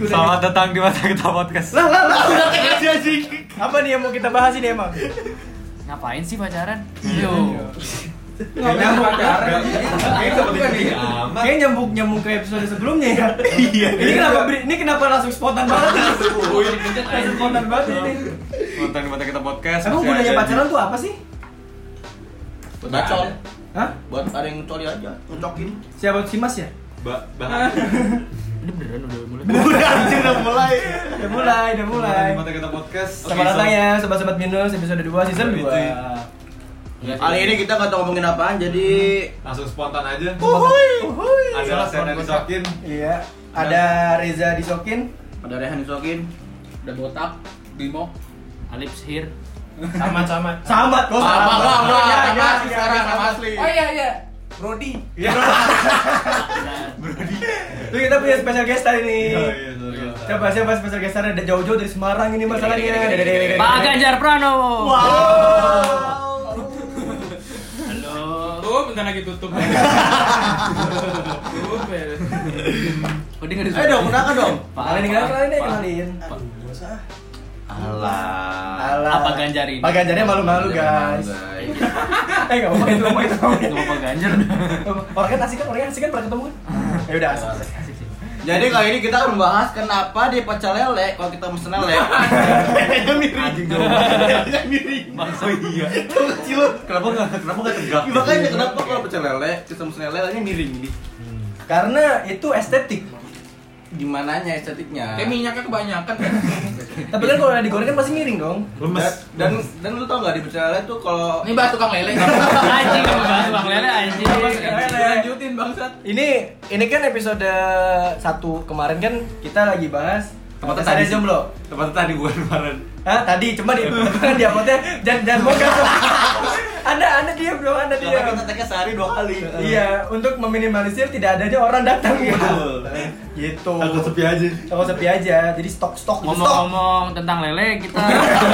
gunanya. Selamat datang di Mata Kita Podcast. Lah, udah kayak anjing. Apa nih yang mau kita bahas ini emang? Ngapain sih pacaran? Yo. Nyambung pacaran. Kayak nyambung ke episode sebelumnya ya. Iya. Ini kenapa langsung spontan banget? Langsung spontan banget ini. Nonton di Mata Kita Podcast. Emang gunanya pacaran tuh apa sih? Buat bacol. Hah? Buat ada yang coli aja, ngecokin. Siapa si Mas ya? Ini beneran udah mulai. Udah mulai. Udah mulai. Di Mata Kita Podcast. Selamat datang ya sobat-sobat minus episode 2 season 2. Kali ini kita nggak tahu ngomongin apaan, jadi Langsung spontan aja. Uhuy. Ada Rasen yang disokin. Iya. Ada Reza disokin. ada Rehan disokin. Udah botak, Bimo, Alips here. Sama kok. Sama, Iya, sekarang sama asli. Oh iya. Brody. Tuh kita punya special guest hari ini. Iya. Siapa special guest hari? Ada jauh-jauh dari Semarang ini masalahnya. Pak Ganjar Pranowo. Wow. Halo. Tuh, bentar lagi tutup. Oh, dia enggak Ayo dong, kenalkan dong. Kenalin. Alah. Apa Ganjar ini? Pak Ganjarnya malu-malu guys. Enggak apa-apa itu ngomongin. Apa Ganjar? Orangnya asik kan pernah ketemu kan? Ya udah asik. Jadi kali ini kita akan membahas kenapa di pecel lele kalau kita mesen lele. Lelenya miring. Anjing dong. Lelenya miring. Oh iya. Tuh kecil. Kenapa enggak tegak? Makanya kenapa kalau pecel lele kita mesen lelenya miring ini? Karena itu estetik. Gimananya estetiknya? Kayak minyaknya kebanyakan kan. Tapi kan kalau digoreng kan pasti miring dong. Lemes. Dan lu tau nggak di pecel lele tuh kalau Ini bahas tukang lele. Anjing, bahas tukang lele anjing. Lanjutin bangsat. Ini kan episode 1 kemarin kan kita lagi bahas Tempatnya Kesaria tadi jomblo. Tempatnya tadi bukan kemarin. Hah, tadi cuma di kan di uploadnya jangan bongkar. Anda dia belum Anda dia. karena kita tag sehari 2 kali. Iya, untuk meminimalisir tidak adanya orang datang ya. Betul. Gitu. Takut sepi aja. Takut sepi aja. Jadi stok. Ngomong-ngomong tentang lele kita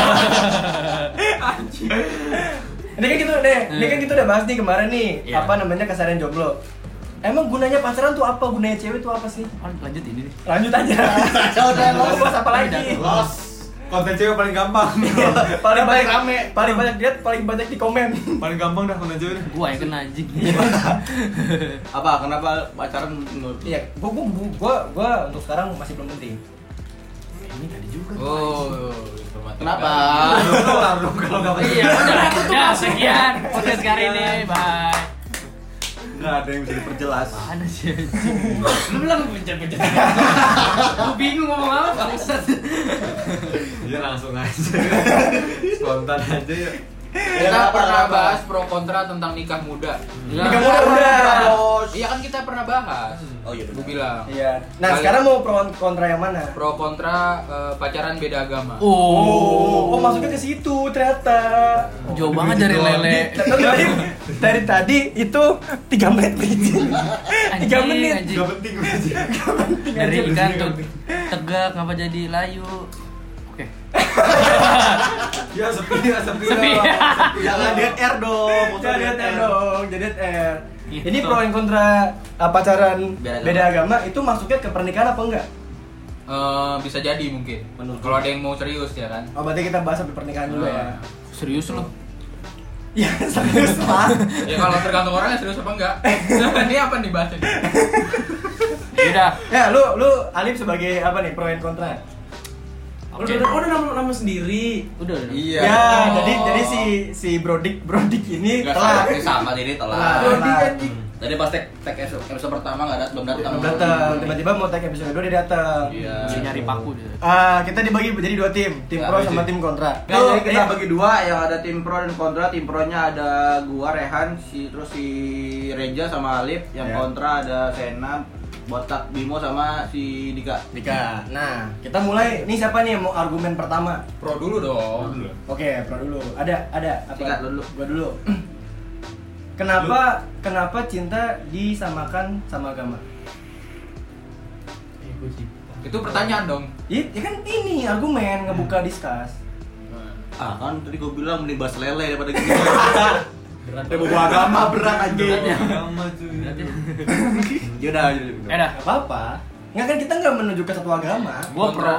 Ini kan gitu deh. Ini kan kita udah bahas nih kemarin nih. Iya. Apa namanya keseharian jomblo. Emang gunanya pacaran tuh apa? Gunanya cewek tuh apa sih? lanjut ini nih. Lanjut aja. Mau bahas apa lagi? Los. Konten cewek paling gampang. paling Yang banyak paling rame. paling banyak lihat, paling banyak di komen. Paling gampang dah konten cewek. Gua yang kena anjing. Apa? Kenapa pacaran menurut? Iya, gua untuk sekarang masih belum penting. Ini tadi juga. Oh, Kenapa? Kalau enggak Iya, udah sekian podcast kali ini. Bye. enggak ada yang bisa diperjelas. Mana sih anjing? Lu bilang pencet-pencet. Gua bingung ngomong apa, bangsat. Dia langsung aja. Spontan aja ya. Kita pernah bahas pro kontra tentang nikah muda. Nikah muda udah. Iya kan kita pernah bahas. Oh iya Gua bilang. Iya. Nah, sekarang mau pro kontra yang mana? Pro kontra pacaran beda agama. Oh, masuknya ke situ ternyata. Jauh banget dari lele. Dari tadi itu 3 menit bridging. 3 menit. Anjing. Enggak penting aja. Dari ikan tuh tegak ngapa jadi layu. Oke. Ya sepi. Jangan dead air dong. Jadi dong, jadi R. Gitu. Ini pro dan kontra pacaran Beda beda agama itu masuknya ke pernikahan apa enggak? Bisa jadi mungkin. Menurut Kalau ada yang mau serius ya kan. Oh, berarti kita bahas sampai pernikahan juga ya. Serius loh. Ya, serius lah. Ya kalau tergantung orangnya serius apa enggak. Ini apa nih bahasnya? Udah. Ya, lu Alif sebagai apa nih pro dan kontra? Udah nama sendiri. Udah. Iya. Ya, jadi si Brodik ini Nggak telat. sama ini telat. Telat. Brody anjing. Tadi pas tag episode pertama belum datang. Belum datang, tiba-tiba mau tag episode 2 dia datang. Iya. Dia nyari paku dia. Kita dibagi jadi 2 tim Ya, pro sama sih. tim kontra. Jadi kita bagi 2, yang ada tim pro dan kontra. Tim pro-nya ada gua, Rehan, terus si Reja sama Alif. Yang Ya. kontra ada Sena, Botak, Bimo sama si Dika. Nah, kita mulai. Ini siapa nih yang mau argumen pertama? Pro dulu dong. Oke, pro dulu. Ada apa? Sikat dulu. Gua dulu. Kenapa cinta disamakan sama agama? Itu pertanyaan dong. Ya kan ini argumen ngebuka diskus. Ah kan tadi gua bilang mending bahas lele daripada gini. Bawa agama berat anjing. Berat ya? Agama cuy. Yaudah. Dah. Gak apa-apa. Nggak kan kita nggak menuju ke satu agama. Gua pro.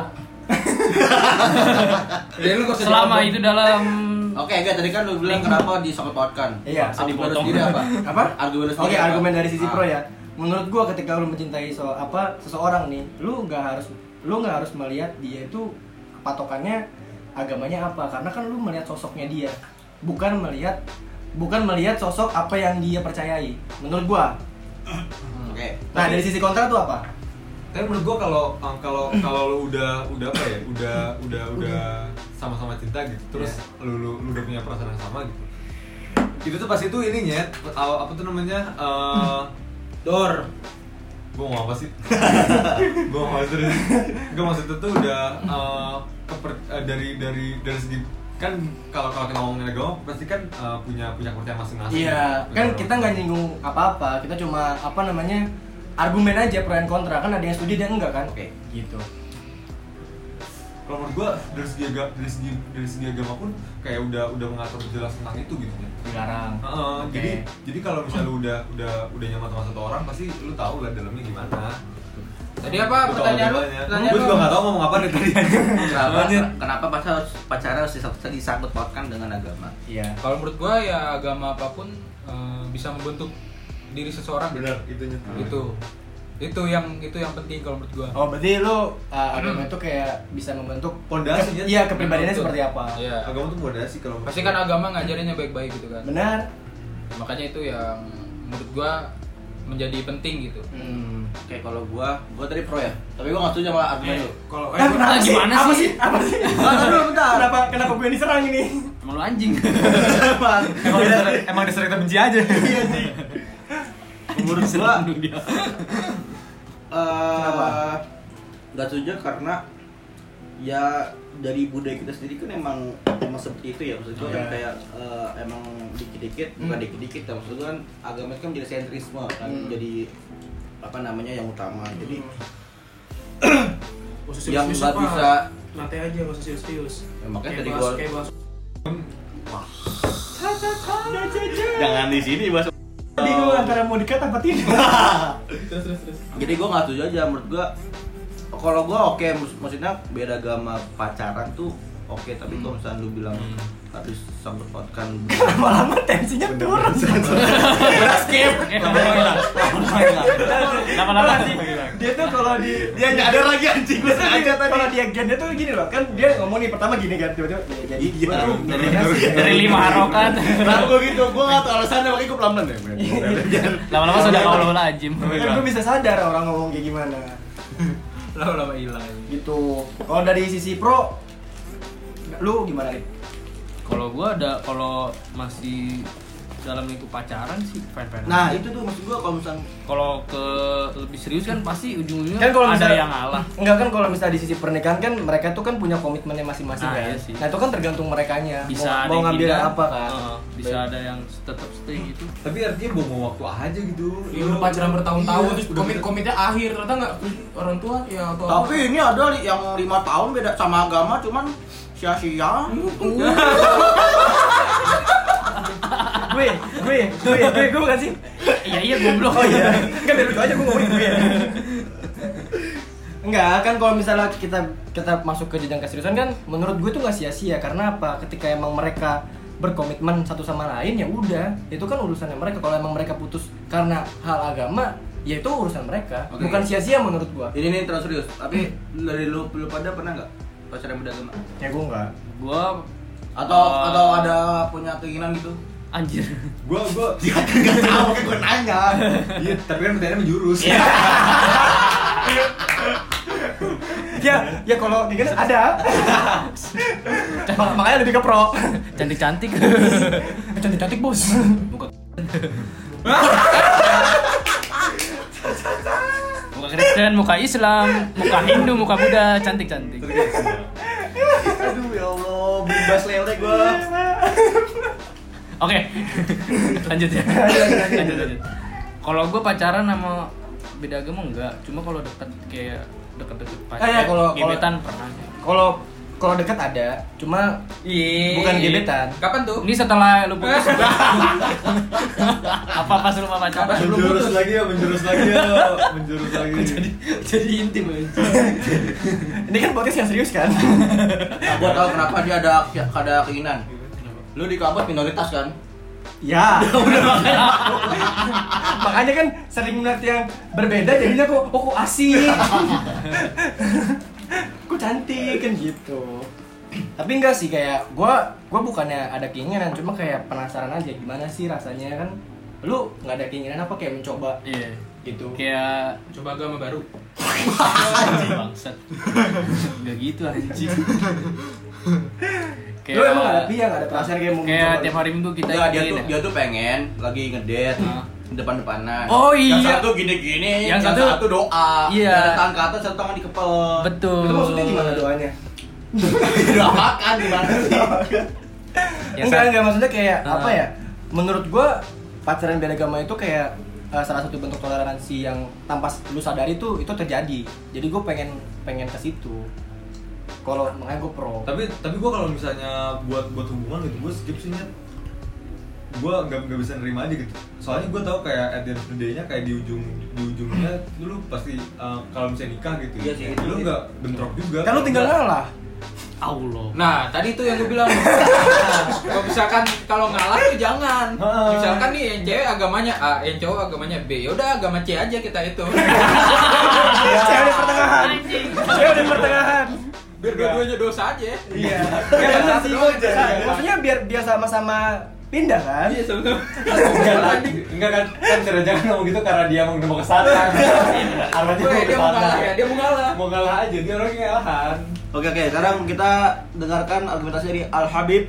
Jadi lu kok Selama itu dalam Oke, enggak tadi kan lu bilang kenapa disokot-potkan. Iya, argumen lu dipotong. sendiri apa? Apa? Argumen lu Oke, sendiri apa? argumen dari sisi Ah. pro ya. Menurut gua ketika lu mencintai seseorang nih, lu nggak harus melihat dia itu patokannya agamanya apa, karena kan lu melihat sosoknya dia, bukan melihat sosok apa yang dia percayai. Menurut gua. Oke. Nah, dari sisi kontra tuh apa? Tapi menurut gua kalau lu udah apa ya, udah sama-sama cinta gitu, terus lu udah punya perasaan yang sama gitu. Itu tuh pasti tuh ininya apa tuh namanya? Dor. Gua ngomong apa sih? Gua ngomong apa sih? Gua maksudnya tuh udah dari segi kan kalau kita ngomongin agama pasti kan punya kepercayaan masing-masing. Iya, kan kita nggak nyinggung apa-apa, kita cuma argumen aja pro dan kontra, kan ada yang setuju dan enggak kan? Oke. Gitu. Kalau menurut gua dari segi agama pun kayak udah mengatur jelas tentang itu gitu ya. Dilarang. Jadi kalau misalnya lu udah nyaman sama satu orang pasti lu tahu lah dalamnya gimana. Tadi apa Lu tahu pertanyaan lu? jawabannya. Gua juga nggak tahu ngomong apa dari tadi. Kenapa pacaran harus disangkut pautkan dengan agama? Iya. Kalau menurut gua ya agama apapun bisa membentuk diri seseorang. Benar, itunya. Itu yang penting kalau menurut gua. Oh, berarti lu agama itu kayak bisa membentuk Pondasinya. Iya, kepribadiannya Betul. seperti apa. Iya. Agama tuh pondasi kalau Pasti kan agama ngajarinnya baik-baik gitu kan. Benar. Makanya itu yang menurut gua menjadi penting gitu. Oke, kalau gua tadi pro ya. Tapi gua enggak setuju sama argumen lu. Kalau Kenapa sih? gimana Apa sih? sih? Apa sih? Bentar dulu, bentar. Kenapa gue yang diserang ini? emang lu anjing. emang dasar kita benci aja. Menurut gua dia. Kenapa? Nggak setuju karena ya dari budaya kita sendiri kan emang seperti itu ya, maksud gua kan Iya. kayak emang dikit-dikit bukan dikit-dikit ya, maksud gua kan agama itu kan menjadi sentrisme kan, jadi apa namanya yang utama, jadi yang nggak bisa nanti aja nggak usah serius. ya, makanya Kayak tadi bahas- gua kayak bahas jangan di sini bahas. Bingung antara mau dikat apa tidak. terus. Jadi gua nggak setuju aja, menurut gua kalau gua oke, maksudnya beda agama pacaran tuh oke, tapi kalau misalnya lu bilang harus sangkut pautkan Lama-lama tensinya turun. Skip. Lama-lama sih. Dia tuh kalau dia nyadar lagi anjing gua aja tadi. Kalau dia gennya tuh gini loh, kan dia ngomong nih pertama gini kan, tiba-tiba ya, jadi Iya. gua tuh dari 5 harokat. Kenapa gua gitu? Gua nggak tahu alasannya, makanya gua pelan-pelan ya. Lama-lama sudah kalau lajim. kan gue bisa sadar orang ngomong kayak gimana. lama-lama hilang. Gitu. Kalau dari sisi pro, lu gimana nih? Kalau kalau masih dalam lingkup pacaran sih fine-fine. Nah, aja. itu tuh maksud gua kalau misalnya Kalau ke lebih serius kan pasti ujung-ujungnya Kan kalau ada misalnya- yang ngalah. Enggak kan, kalau misalnya di sisi pernikahan kan mereka tuh kan punya komitmennya masing-masing Nah, kan. iya sih. Nah, itu kan tergantung merekanya. Bisa mau ada yang ngambil pindah, apa kan. bisa ada yang tetap stay gitu. Tapi artinya buang waktu aja gitu. ya udah pacaran bertahun-tahun Iya, terus udah- komitnya akhir, ternyata nggak orang tua ya atau tapi ini ada yang 5 tahun beda sama agama cuman sia-sia. gue bukan sih. Iya goblok. Oh iya. Kan dari itu aja gue ngomongin gue. Enggak, kan kalau misalnya kita masuk ke jenjang keseriusan kan menurut gue tuh nggak sia-sia, karena apa? Ketika emang mereka berkomitmen satu sama lain ya udah, itu kan urusannya mereka. Kalau emang mereka putus karena hal agama, ya itu urusan mereka. Oke. Bukan sia-sia menurut gua. Ini nih terus serius. Tapi dari lu pada pernah nggak pacaran beda agama? Ya gua enggak. Gua Atau ada punya keinginan gitu? anjir. Gua Nggak tahu, kan gue nanya. iya, tapi kan pertanyaannya menjurus. Ya kalau kayak gini ada. Makanya lebih ke pro. Cantik-cantik. Cantik-cantik bos. Muka Kristen, muka Islam, muka Hindu, muka Buddha, cantik-cantik. Aduh ya Allah, bebas lele gue. Oke. Lanjut ya. Lanjut. Kalau gue pacaran sama beda agama enggak, cuma kalau deket kayak deket-deket pacaran, Kalau gebetan pernah. kalau Kalau dekat ada, cuma Iya. bukan gebetan. Kapan tuh? Ini setelah lu putus. Apa pas lu sama pacaran? Menjurus lagi ya. Menjurus lagi. Jadi intim aja. Ini kan podcast yang serius kan? Nah, gua tahu kenapa dia ada keinginan. Lu di kampus minoritas kan? Ya. Makanya kan sering melihat yang berbeda jadinya kok asik. Kok cantik kan gitu. Tapi enggak sih, kayak gua bukannya ada keinginan, cuma kayak penasaran aja gimana sih rasanya kan. Lu nggak ada keinginan apa kayak mencoba Iya. gitu. Kayak Coba agama baru. bangsat. Enggak gitu anjing. Lu emang nggak ada nggak ada perasaan kayak mau kayak mencoba tiap hari Minggu kita Enggak, ingin ya? dia tuh pengen lagi ngedate Hah? depan-depanan. Oh, iya. Yang satu gini-gini, Yang yang satu- satu doa. Iya. Yang tangan ke atas, satu tangan dikepel. Betul. Itu maksudnya gimana doanya? Doakan gimana sih? Ya, Enggak maksudnya kayak Ah. apa ya? Menurut gua pacaran beda agama itu kayak salah satu bentuk toleransi yang tanpa lu sadari itu terjadi. Jadi gua pengen ke situ. Kalau makanya gua pro. Tapi gue kalau misalnya buat hubungan gitu, gue skip sih Nyet. Gue nggak bisa nerima aja gitu. Soalnya gue tahu kayak at the end of the day-nya kayak di ujungnya lu pasti kalau misalnya nikah gitu. Iya sih, lu itu. nggak bentrok juga. Kan lu tinggal ngalah. Allah. Nah, tadi tuh yang gue bilang. Kalau misalkan kalau ngalah tuh jangan. Misalkan nih yang cewek agamanya A, yang cowok agamanya B. Ya udah agama C aja kita itu. Cewek di pertengahan. Cewek di pertengahan. Biar dua-duanya dosa aja. Iya. Kayak bener sih. Maksudnya biar sama-sama pindah kan? Iya, sebetulnya. Enggak kan jangan ngomong gitu karena dia mau ke sana. Arahnya mau ke Dia mau sana. ngalah ya, dia mau ngalah. Mau ngalah aja, dia orangnya ngalahan. Oke, sekarang kita dengarkan argumentasi dari Al Habib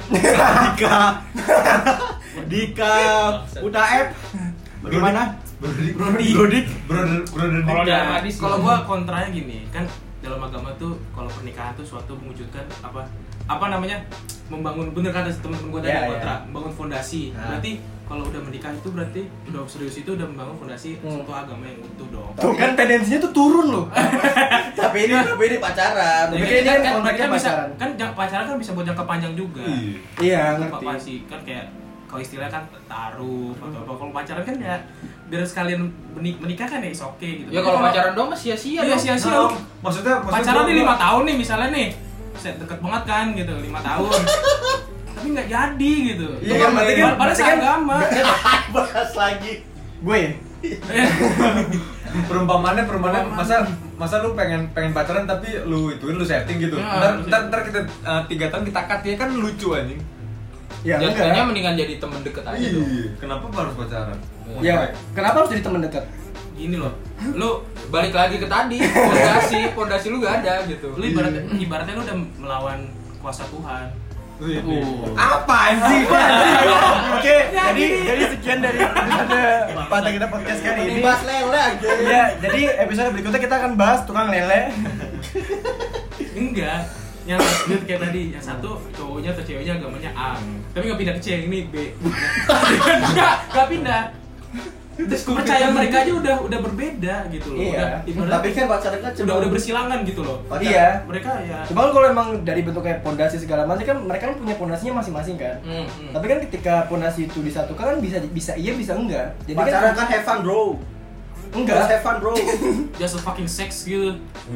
Dika Utaep. Bagaimana? Brodik. Kalau Ya, dalam hadis, kalau gua kontranya gini, kan dalam agama tuh kalau pernikahan tuh suatu mewujudkan apa namanya? Membangun, bener kata temen-temen gua tadi Ya, kontra, ya. membangun fondasi. Nah. Berarti kalau udah menikah itu berarti udah serius itu udah membangun fondasi suatu agama yang utuh dong. Tuh kan tendensinya tuh turun loh. Tapi ini pacaran. Tapi Jadi kayaknya kan kontraknya mereka bisa pacaran. kan pacaran kan bisa buat jangka panjang juga. Iya, Apa ngerti. pasti kan kayak kalau istilahnya kan taruh atau apa. Kalau pacaran kan ya biar sekalian menikah kan ya is oke gitu. Ya kalau pacaran doang mah sia-sia iya dong. sia-sia Nah, lu. Maksudnya Pacaran gua- nih 5 tahun nih misalnya nih. Set deket banget kan gitu 5 tahun. Tapi nggak jadi gitu. Iya kan, berarti kan Pada seagama. Bahas lagi. Gue ya? perumpamannya masa lu pengen pacaran tapi lu setting gitu. Ya, Ntar kita 3 tahun kita cut ya kan lucu anjing. Ya Jatuhnya enggak. mendingan jadi temen deket aja dong. Kenapa harus pacaran? Ya, kenapa harus jadi teman dekat? Gini loh. Lu balik lagi ke tadi, fondasi lu gak ada gitu. Lu ibaratnya lu udah melawan kuasa Tuhan. Apa anjing? Oke, jadi sekian dari episode Pantai Kita Podcast kali ini. Dibahas lele aja. Iya, jadi episode berikutnya kita akan bahas tukang lele. Enggak. Yang satu kayak tadi, yang satu cowoknya atau ceweknya agamanya A. Tapi nggak pindah ke C, yang ini B. Enggak pindah. Terus kepercayaan mereka aja udah berbeda gitu loh. Iya. Udah, Tapi kan pacaran kan udah bersilangan gitu loh. Iya. Mereka ya Cuma kan kalau emang dari bentuk kayak pondasi segala macam kan mereka kan punya pondasinya masing-masing kan. Tapi kan ketika pondasi itu disatukan kan bisa iya bisa enggak. Jadi pacaran kan kan have fun, bro. enggak. Just have fun, bro. just a fucking sex gitu.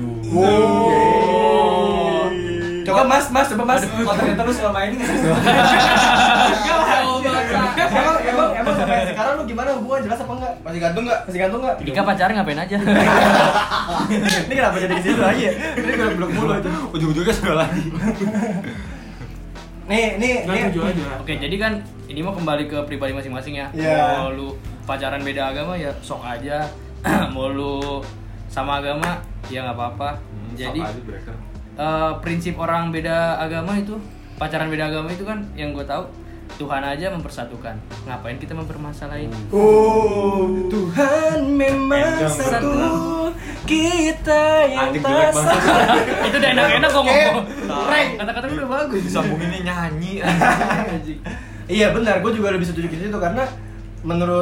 Coba Mas, coba Mas. Ternyata lu selama ini nggak Emang sampai sekarang lu gimana hubungan jelas apa enggak? Masih gantung nggak? Masih gantung enggak? Dika pacaran ngapain aja? Ini kenapa jadi ke situ lagi ya? Ini belum mulu aja. ujung-ujungnya sudah lagi. Nih. Nggak tujuh aja. Oke, jadi kan ini mau kembali ke pribadi masing-masing ya. Iya. Mau lu pacaran beda agama ya sok aja. Mau lu sama agama ya nggak apa-apa. Jadi prinsip orang beda agama itu, pacaran beda agama itu kan yang gue tahu Tuhan aja mempersatukan. Ngapain kita mempermasalahin? Oh, Tuhan memang satu, kita yang Anjing tak jelek banget. satu. Itu udah enak-enak kok ngomong. Reng. Kata-kata udah bagus. Disambunginnya nyanyi. Iya benar, gue juga lebih setuju ke situ karena menurut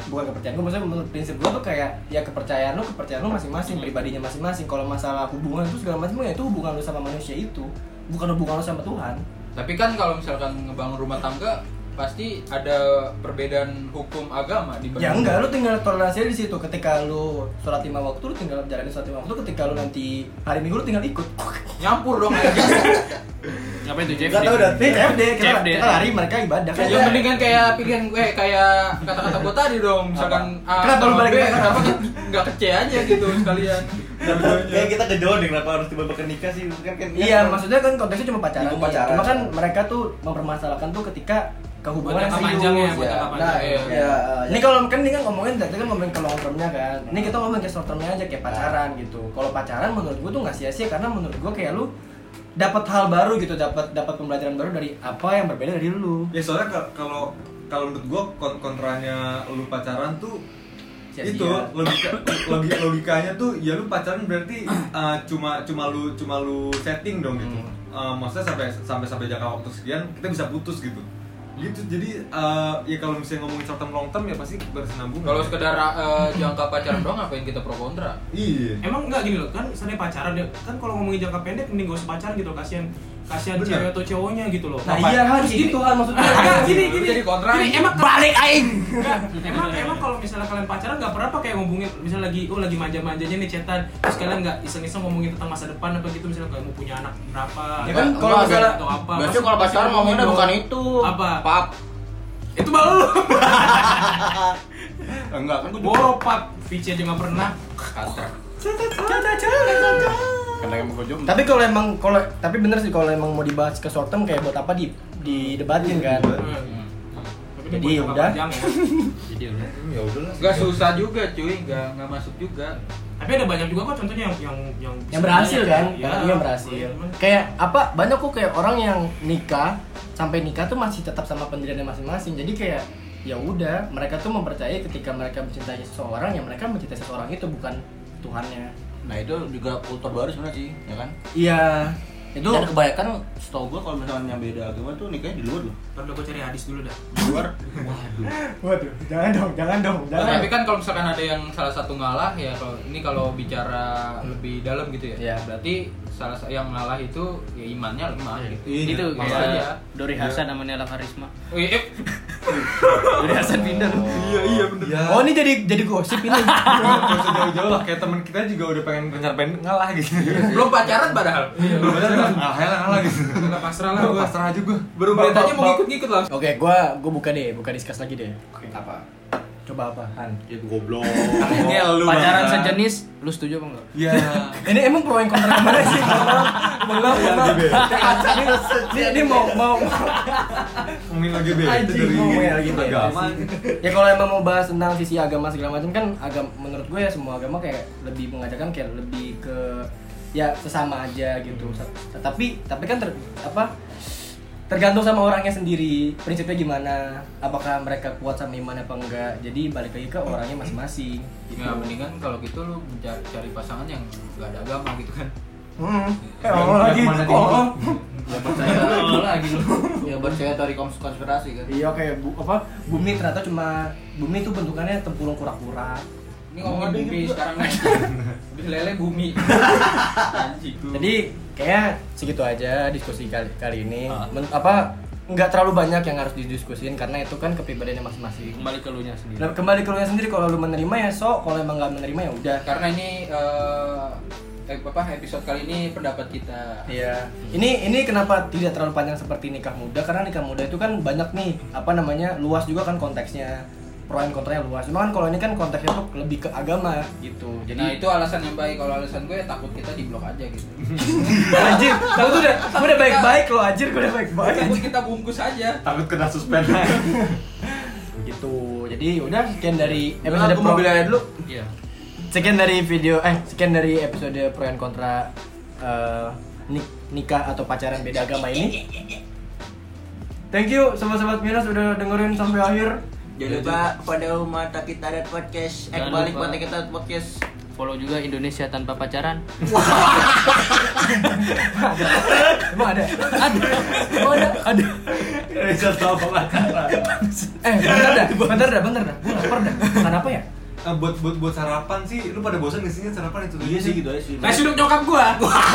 bukan kepercayaan gue, maksudnya menurut prinsip gue tuh kayak ya kepercayaan lu masing-masing, pribadinya masing-masing. Kalau masalah hubungan itu segala macam ya itu hubungan lu sama manusia itu, bukan hubungan lu sama Tuhan. Tapi kan kalau misalkan ngebangun rumah tangga pasti ada perbedaan hukum agama di Ya enggak, lu tinggal toleransi di situ. Ketika lu sholat 5 waktu, lu tinggal jalanin sholat 5 waktu. Ketika lu nanti hari Minggu lu tinggal ikut. nyampur dong aja. Ngapain tuh CFD? Enggak tahu dah. CFD kita CFD. lari, mereka ibadah. Ya mendingan kayak pilihan gue kayak kata-kata gue tadi dong, misalkan A Kenapa lu sama balik B, ke kenapa nggak ke C aja gitu sekalian. Kayak kita kejauhan nih, kenapa harus tiba-tiba nikah sih? Kan Iya, maksudnya kan konteksnya cuma pacaran. Cuma nih. pacaran. Cuma kan mereka tuh mempermasalahkan tuh ketika kehubungan Buat yang jangka serius. panjang ya, buat Ya. jangka Nah, panjang. ya. Ini kalau kan ini kan ngomongin tadi kan ngomongin ke long term-nya kan. Ini kita ngomongin ke short term-nya aja kayak pacaran gitu. Kalau pacaran menurut gua tuh nggak sia-sia karena menurut gua kayak lu dapat hal baru gitu, dapat pembelajaran baru dari apa yang berbeda dari lu. Ya soalnya kalau menurut gua kontranya lu pacaran tuh Sia-sia. itu logikanya tuh ya lu pacaran berarti cuma lu setting dong gitu. Maksudnya sampai jangka waktu sekian kita bisa putus gitu. Gitu. Jadi ya kalau misalnya ngomongin short term long term ya pasti bersinambung. Kalau sekedar jangka pacaran doang ngapain kita pro kontra? Iya. Emang enggak gini loh, kan misalnya pacaran dia kan kalau ngomongin jangka pendek mending gak usah pacaran gitu, kasihan Bener. cewek atau cowoknya gitu loh. Nah, iya harus Terus gitu hal maksudnya. Enggak, gini Jadi kontra. Gini, emang Balik aing. enggak, emang kalau misalnya kalian pacaran enggak pernah apa kayak ngomongin misalnya lagi manja-manjanya nih chatan, terus kalian enggak iseng-iseng ngomongin tentang masa depan apa gitu, misalnya kayak mau punya anak berapa. Ya kan atau kalau misalnya atau apa. Biasanya kalau pacaran ngomongnya bukan itu. Apa? Pap. Itu baru. enggak kan gua Boropat, Vici aja enggak pernah. Kata. karena emang gua jomblo. Tapi tapi bener sih kalau emang mau dibahas ke short term kayak buat apa didebatin kan. Tapi Jadi ini buat jangka udah. panjang ya. Jadi udah. Ya udahlah. Gak susah juga cuy, nggak masuk juga. Tapi ada banyak juga kok contohnya Yang berhasil kan, Iya. karena yang berhasil. Kayak apa? Banyak kok kayak orang yang sampai nikah tuh masih tetap sama pendiriannya masing-masing. Jadi kayak ya udah, mereka tuh mempercayai ketika mereka mencintai seseorang, ya mereka mencintai seseorang itu bukan Tuhannya. Nah, itu juga kultur baru sebenarnya sih, ya kan? Iya, itu Dan kebanyakan setahu gua kalau misalnya yang beda agama tuh nikahnya di luar loh. Ntar gue cari hadis dulu dah. Di luar. Waduh. waduh, jangan dong. Tapi kan kalau misalkan ada yang salah satu ngalah ya kalau bicara lebih dalam gitu ya. Iya. Berarti yang ngalah itu ya imannya lemah gitu. Itu Makanya aja. kayak Dori Hasan sama Nela Karisma. Dori Hasan pindah. Iya bener. Oh, ini jadi gosip ini. Nggak usah jauh-jauh lah, kayak teman kita juga udah pengen ngalah gitu. Belum pacaran padahal. Belum aja ngalah gitu. Enggak pasrah lah Gue gua. pasrah aja gue. Baru beritanya mau ngikut-ngikut langsung. Oke, gua buka discuss lagi deh. Apa? Coba apa? Han. Ya goblok. Pacaran sejenis, lu setuju apa enggak? Ya. Ini emang pro yang kontra mana sih? Maaf. Ini mau Ngomongin LGBT itu Anjing, dari ngomongin LGBT. agama. Ya kalau emang mau bahas tentang sisi agama segala macam kan menurut gue ya semua agama kayak lebih mengajarkan kayak lebih ke ya sesama aja gitu. Tapi kan tergantung sama orangnya sendiri, prinsipnya gimana, apakah mereka kuat sama iman apa enggak. Jadi balik lagi ke orangnya masing-masing gitu. Ya mendingan kalau gitu lu cari pasangan yang gak ada agama gitu kan. Lagi. Ya percaya lagi lu. Ya percaya teori konspirasi kan. Iya kayak bumi ternyata bumi itu bentukannya tempurung kura-kura. Ini ngomongin bumi sekarang nih. Habis lele bumi. Anjing. Jadi kayak segitu aja diskusi kali ini. Nggak terlalu banyak yang harus didiskusin karena itu kan kepribadiannya masing-masing. Kembali ke lu nya sendiri. Nah, kembali ke lu sendiri, kalau lu menerima ya kalau emang nggak menerima ya udah. Karena ini episode kali ini pendapat kita. Iya. Ini kenapa tidak terlalu panjang seperti nikah muda? Karena nikah muda itu kan banyak nih, luas juga kan konteksnya. Pro and kontranya luas. Cuma kan kalau ini kan konteksnya tuh lebih ke agama gitu. Jadi Nah itu alasan yang baik. Kalau alasan gue takut kita diblok aja gitu. anjir, gue udah baik-baik loh anjir, gue udah baik-baik. Takut kita bungkus aja. Takut kena suspend. Gitu. Jadi udah sekian dari Episode episode mobil aja dulu. Iya. sekian dari episode pro and kontra nikah atau pacaran beda agama ini. Thank you sobat-sobat Minas udah dengerin sampai akhir. Jangan lupa pada Mata Kita Dan Podcast. Jangan Balik lupa. Mata Kita Dan Podcast. Follow juga Indonesia Tanpa Pacaran. Emang ada? Ada. Indonesia Tanpa Pacaran. Bentar dah. Gue lapar dah. buat sarapan sih, lu pada bosan nggak sih sarapan itu? Iya sih gitu aja sih. Nasi uduk nyokap gua.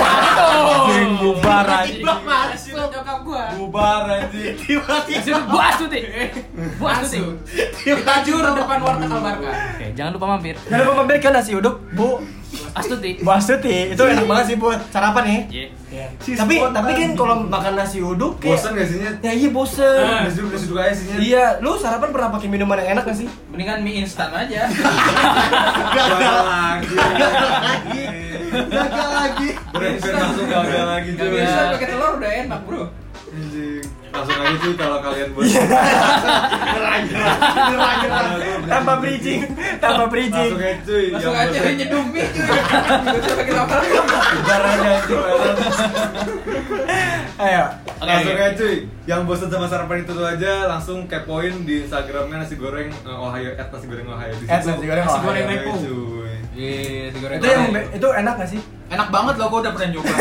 Bubar Tiba nasi uduk nyokap gua. Bubar anjing. Nasi uduk Bu Astuti. Bu Astuti. Tajur depan warteg Albarka. Oke, jangan lupa mampir. Jangan lupa mampir kan nasi uduk Bu Astuti. Bu Astuti. Itu enak banget sih buat sarapan nih. Iya. Iya. Tapi kan kalau makan nasi uduk kayak Bosan nggak sih Nyet? ya iya bosen. Nasi uduk aja sih Nyet. Iya, lu sarapan pernah pakai minuman yang enak gak sih? Mendingan mie instan aja. Gagal lagi. Gagal lagi. Brand langsung gagal lagi Gak cuy. bisa pakai telur udah enak, Bro. Anjing. Langsung aja cuy kalau kalian buat. Tambah bridging. Langsung aja cuy. Langsung Yang aja bosan- nyeduh mie cuy. Gak usah pakai lama-lama. Bubar aja itu. Ayo. Langsung aja cuy. Yang bosan sama sarapan itu tuh aja langsung kepoin di Instagramnya nasi goreng Ohio @nasi-goreng-ohio. Di situ. @nasi-goreng-ohio. Nasi goreng Oke, Repo. cuy. Iya, digoreng. Itu enak gak sih? enak banget loh, gua udah pernah nyoba.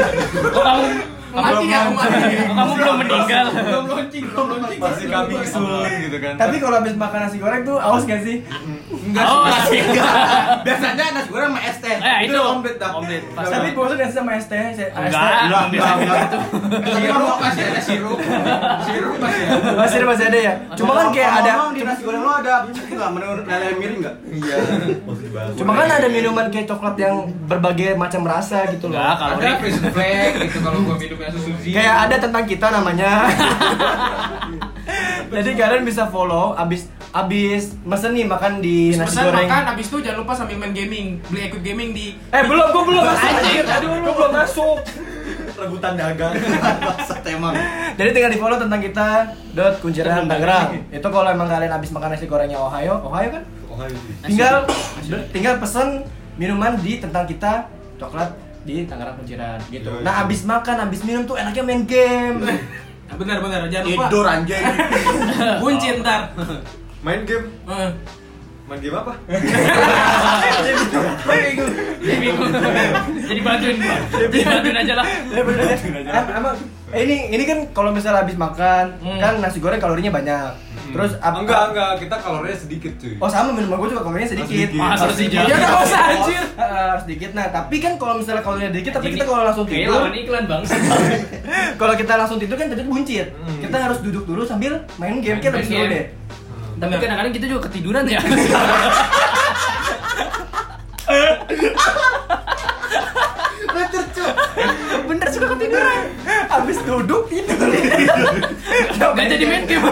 Mati ya, mati. Kamu belum meninggal. Belum launching. Masih coming soon gitu kan. Tapi kalau habis makan nasi goreng tuh awas gak sih? Enggak Oh, sih. masih. Biasanya nasi goreng sama es teh. Itu komplit dah. komplit. Tapi bosan gak sih sama es teh? Enggak gitu. Sirup masih ada sirup. Sirup masih ada. Masih ada ya? Cuma kan kayak ada di nasi goreng lo ada nggak menurut lele miring nggak? Iya. Masih dibahas. Cuma kan ada minuman kayak coklat yang berbagai macam rasa gitu loh. Enggak, kalau Ada prison flag gitu kalau gua minumnya susu. Kayak ada tentang kita namanya. Jadi kalian bisa follow abis mesen nih makan di nasi Pesan goreng. makan, abis itu jangan lupa sambil main gaming, beli equip gaming di Gua belum masuk. Anjir, Gua belum masuk. rebutan dagang. Bangsat emang. Jadi tinggal di follow tentang kita @kunciran Tangerang. Itu kalau emang kalian abis makan nasi gorengnya Ohio kan? Ohio. Tinggal pesen minuman di tentang kita coklat di Tangerang Kunciran gitu. Iya, Nah iya. abis makan, abis minum tuh enaknya main game. benar jangan lupa Tidur anjing. kunci ntar. Main game. Eh, Main game apa? Jadi bingung. Jadi bantuin aja lah. Ya bener ya. Emang ini kan kalau misalnya habis makan kan nasi goreng kalorinya banyak. Terus Enggak, kita kalorinya sedikit cuy. Oh sama minuman gue juga kalorinya sedikit. Sedikit. Masa sih ya udah nggak usah anjir. Sedikit. Nah tapi kan kalau misalnya kalorinya sedikit tapi kita kalau langsung Kayak tidur, lawan iklan bang. kalau kita langsung tidur kan tidur buncit. Kita harus duduk dulu sambil main game kan Main lebih seru game. deh. Tapi kadang-kadang kita juga ketiduran ya. Bener suka ketiduran. Habis duduk tidur. Gak jadi main game.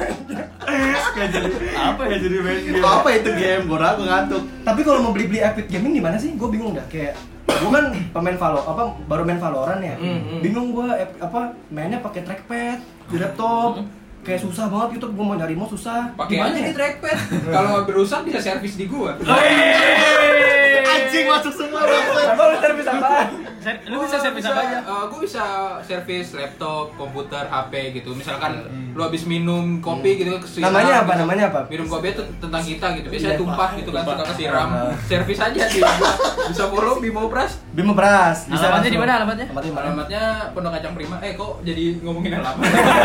Apa ya jadi main game? Apa itu game? Gua ngantuk. Tapi kalau mau beli Epic Gaming di mana sih? Gue bingung dah. Kayak gue kan baru main Valorant ya. Bingung gue mainnya pakai trackpad di laptop. Kayak susah banget gitu. Gue mau nyari mouse susah. Pakai Gimana aja ya? di trackpad. Kalau berusak bisa servis di gua. Anjing masuk semua bangsat. Emang lu servis apaan? Lu bisa servis apa aja? Gue bisa servis laptop, komputer, HP gitu. Misalkan lu habis minum kopi gitu kesiram. Namanya apa? Minum kopi itu tentang kita gitu. Biasanya Iya. tumpah gitu kan, suka kesiram. Servis aja sih. Bisa follow Bimo Pras. Bimo Pras. Bisa Alamatnya di langsung. mana alamatnya? Alamatnya di mana? Alamatnya Pondok Kacang Prima. Kok jadi ngomongin alamat?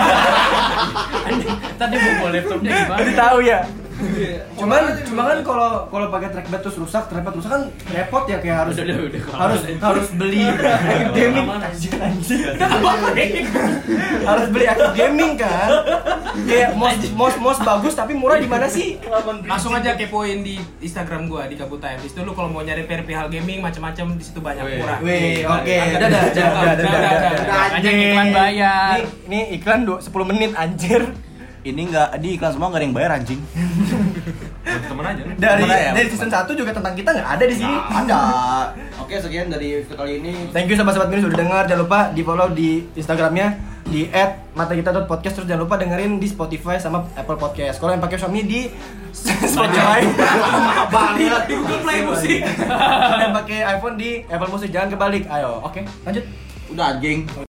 Tadi mau bawa laptopnya gimana? Jadi tahu ya. Cuma kan kalau pakai trackpad terus rusak kan repot ya kayak harus beli Epic Gaming anjir. Harus beli Epic Gaming kan. Kayak mouse bagus tapi murah di mana sih? Langsung aja kepoin di Instagram gua di Kabut Time. Di situ lu kalau mau nyari perihal gaming macam-macam di situ banyak murah. Wih, oke. Dadah. Banyak iklan bayar. Ini iklan 10 menit anjir. Ini nggak di iklan semua nggak ada yang bayar anjing. Temen aja. Dari season 1 juga tentang kita nggak ada di sini. Ada. Oke, sekian dari episode kali ini. Thank you sobat-sobat Minus udah dengar. Jangan lupa di follow di Instagramnya di @matakita.podcast. Terus jangan lupa dengerin di Spotify sama Apple Podcast. Kalau yang pakai Xiaomi di Spotify. Banget. Di Google Play Music. Yang pakai iPhone di Apple Music. Jangan kebalik. Ayo, oke, lanjut. Udah anjing.